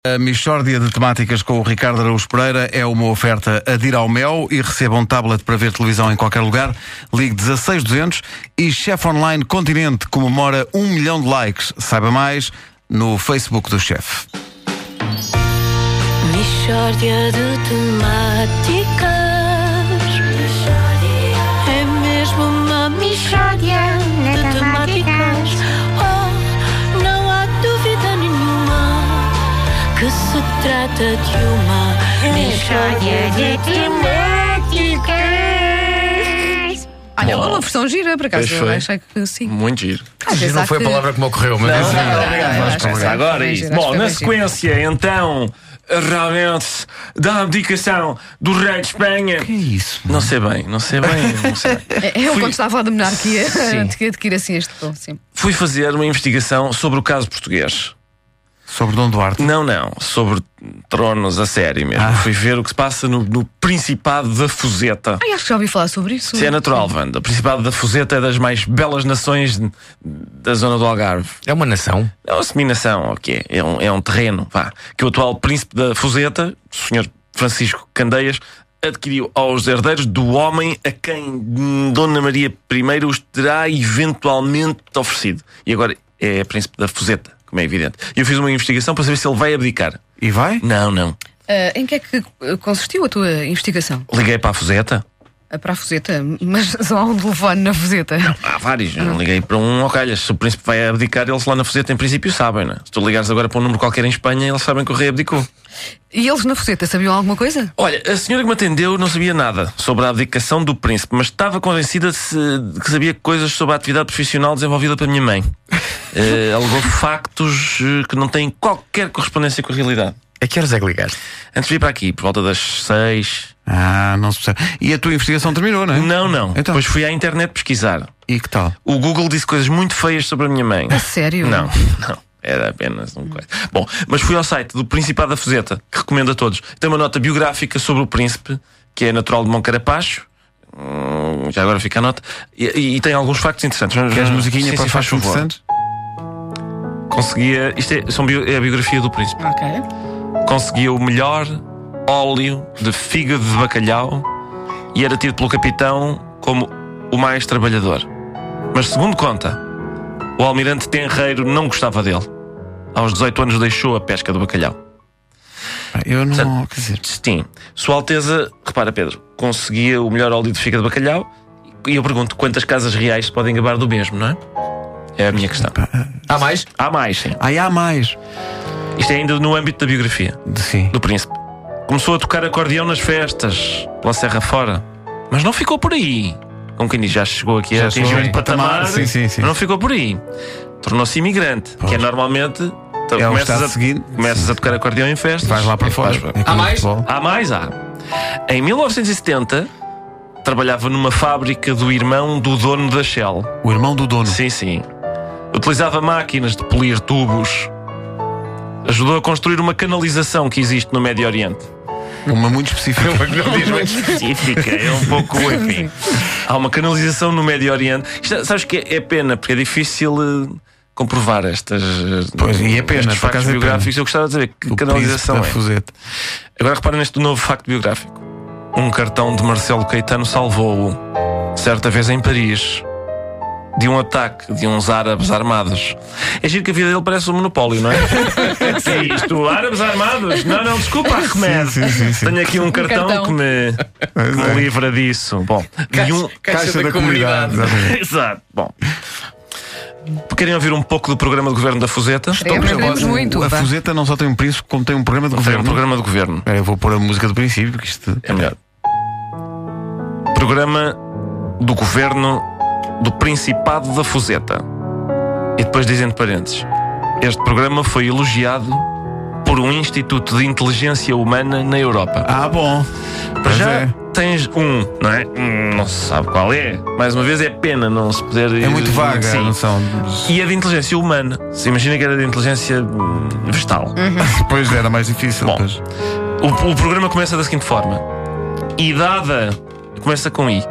A mixórdia de temáticas com o Ricardo Araújo Pereira é uma oferta Adira ao Mel e receba um tablet para ver televisão em qualquer lugar. Ligue 16200 e Chef Online Continente comemora 1 milhão de likes. Saiba mais no Facebook do Chef. Mixórdia de temáticas. É mesmo uma mixórdia de temáticas. Oh, não há dúvida nenhuma que se trata de uma mixórdia de temáticas. Olha, uma versão gira, por acaso. Eu achei que sim. Muito giro. Vezes Não foi a palavra que me ocorreu, mas Agora é isso. Bom, na sequência, então, realmente, da abdicação do rei de Espanha. Que é isso? Não sei bem. Eu, quando estava a falar de monarquia, Sim. tinha de adquirir assim este tom, sim. Fui fazer uma investigação sobre o caso português. Sobre Dom Duarte? Não, sobre tronos a sério mesmo. Fui ver o que se passa no Principado da Fuseta. Acho que já ouvi falar sobre isso. Isso é natural, Wanda. O Principado da Fuseta é das mais belas nações da zona do Algarve. é uma nação. É uma seminação, ok? É um terreno, que o atual príncipe da Fuseta, o Sr. Francisco Candeias, adquiriu aos herdeiros do homem a quem Dona Maria I os terá eventualmente oferecido. E agora é príncipe da Fuseta, como é evidente. E eu fiz uma investigação para saber se ele vai abdicar. E vai? Não. Em que é que consistiu a tua investigação? Liguei para a Fuseta. Para a Fuseta? Mas só há um telefone na Fuseta. Há vários. Eu liguei para um, calhas. Se o príncipe vai abdicar, eles lá na Fuseta, em princípio, sabem, não é? Se tu ligares agora para um número qualquer em Espanha, eles sabem que o rei abdicou. E eles na Fuseta sabiam alguma coisa? Olha, a senhora que me atendeu não sabia nada sobre a abdicação do príncipe, mas estava convencida de que sabia coisas sobre a atividade profissional desenvolvida pela minha mãe. Alegou factos que não têm qualquer correspondência com a realidade. A que horas é que ligaste? Antes de vir para aqui, por volta das 6. Não se percebe. E a tua investigação terminou, não é? Não. Então. Depois fui à internet pesquisar. E que tal? O Google disse coisas muito feias sobre a minha mãe. A sério? Não. Era apenas uma coisa. Bom, mas fui ao site do Principado da Fuseta, que recomendo a todos. Tem uma nota biográfica sobre o príncipe, que é natural de Moncarapacho. Já agora fica a nota. E tem alguns factos interessantes. Queres musiquinha para faz factos favor. interessantes? Conseguia. Isto é a biografia do príncipe. Ok. Conseguia o melhor óleo de fígado de bacalhau e era tido pelo capitão como o mais trabalhador. Mas segundo conta, o almirante Tenreiro não gostava dele. Aos 18 anos deixou a pesca do bacalhau. Eu não. Quer dizer. Sim. Sua Alteza, repara, Pedro, conseguia o melhor óleo de fígado de bacalhau. E eu pergunto, quantas casas reais se podem gabar do mesmo, não é? É a minha questão. Há mais? Há mais, sim. Há mais. Isto é ainda no âmbito da biografia Sim. do príncipe. Começou a tocar acordeão nas festas, pela Serra fora. Mas não ficou por aí. Como quem diz, já chegou aqui a atingir um patamar. Sim. Mas não ficou por aí. Tornou-se imigrante, que é normalmente. É o estado seguinte. Começas a tocar acordeão em festas. Vais lá para fora. É Há mais? futebol. Há mais, há. Em 1970, trabalhava numa fábrica do irmão do dono da Shell. O irmão do dono. Sim. Utilizava máquinas de polir tubos. Ajudou a construir uma canalização que existe no Médio Oriente. Uma muito específica. Não diz muito específica, é um pouco, enfim. Há uma canalização no Médio Oriente. Sabes que é pena, porque é difícil comprovar estas. Pois, e é pena, estes por acaso factos é biográficos. pena. Eu gostava de saber que O canalização príncipe da Fuseta. Agora repara neste novo facto biográfico. Um cartão de Marcelo Caetano salvou-o, certa vez em Paris, de um ataque de uns árabes armados. É giro que a vida dele parece um monopólio, não é? Que é isto? Árabes armados? Não, desculpa, Ahmed. Sim. Tenho aqui um cartão que me livra disso. Bom, Caixa da comunidade. Exato. Bom. Querem ouvir um pouco do programa de governo da Fuseta? Queremos muito. A Fuseta não só tem um príncipe, como tem um programa de Tem governo. um programa de governo. Eu vou pôr a música do princípio, que isto É melhor. Programa do governo do Principado da Fuseta. E depois diz entre parênteses: este programa foi elogiado por um Instituto de Inteligência Humana na Europa. bom. Para já é. tens não é? Não se sabe qual é. Mais uma vez é pena não se poder. É muito vaga Sim. a noção. E é de inteligência humana. Se imagina que era de inteligência vegetal. Depois era mais difícil. Bom. Pois. O programa começa da seguinte forma: e dada. Começa com I.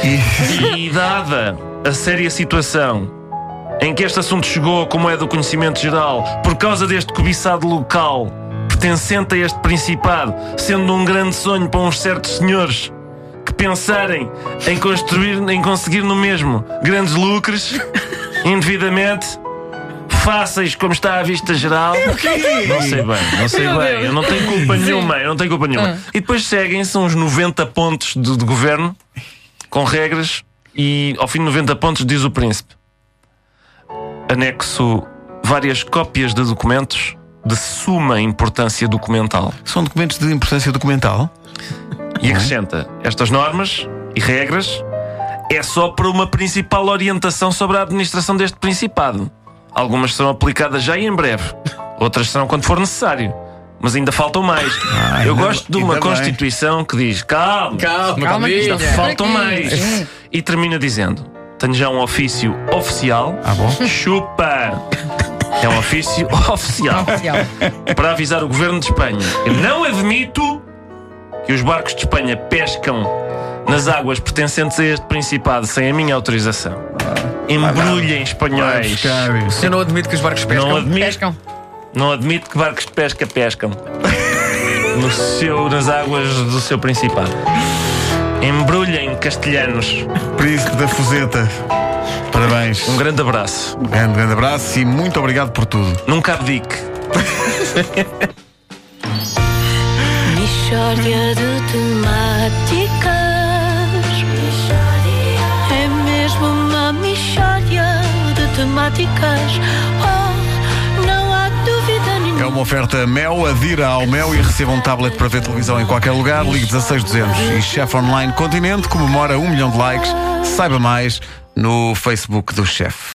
E dada a séria situação em que este assunto chegou, como é do conhecimento geral, por causa deste cobiçado local pertencente a este principado, sendo um grande sonho para uns certos senhores que pensarem em conseguir no mesmo grandes lucros, indevidamente fáceis como está à vista geral. Não sei bem, eu não tenho culpa nenhuma, E depois seguem-se uns 90 pontos de governo com regras e ao fim de 90 pontos diz o príncipe: anexo várias cópias de documentos de suma importância documental. São documentos de importância documental? E acrescenta: estas normas e regras é só para uma principal orientação sobre a administração deste principado. Algumas serão aplicadas já e em breve, outras serão quando for necessário, mas ainda faltam mais. Eu gosto de uma Constituição que diz: calma, ainda faltam mais. E termina dizendo: tenho já um ofício oficial. Chupa! É um ofício oficial para avisar o governo de Espanha que não admito que os barcos de Espanha pescam nas águas pertencentes a este principado sem a minha autorização. Embrulhem, espanhóis. O senhor não admite que os barcos pescam? Não admito que barcos de pesca pescam nas águas do seu principado. Embrulhem, castelhanos. Príncipe da Fuseta, parabéns. Um grande abraço. Grande abraço e muito obrigado por tudo. Nunca abdique. Mixórdia de temáticas. É mesmo uma mixórdia de temáticas. Oh, não há dúvida nenhuma. É uma oferta Mel, adira ao Mel e receba um tablet para ver televisão em qualquer lugar. Ligue 16200. E Chef Online Continente comemora 1 milhão de likes. Saiba mais no Facebook do Chef.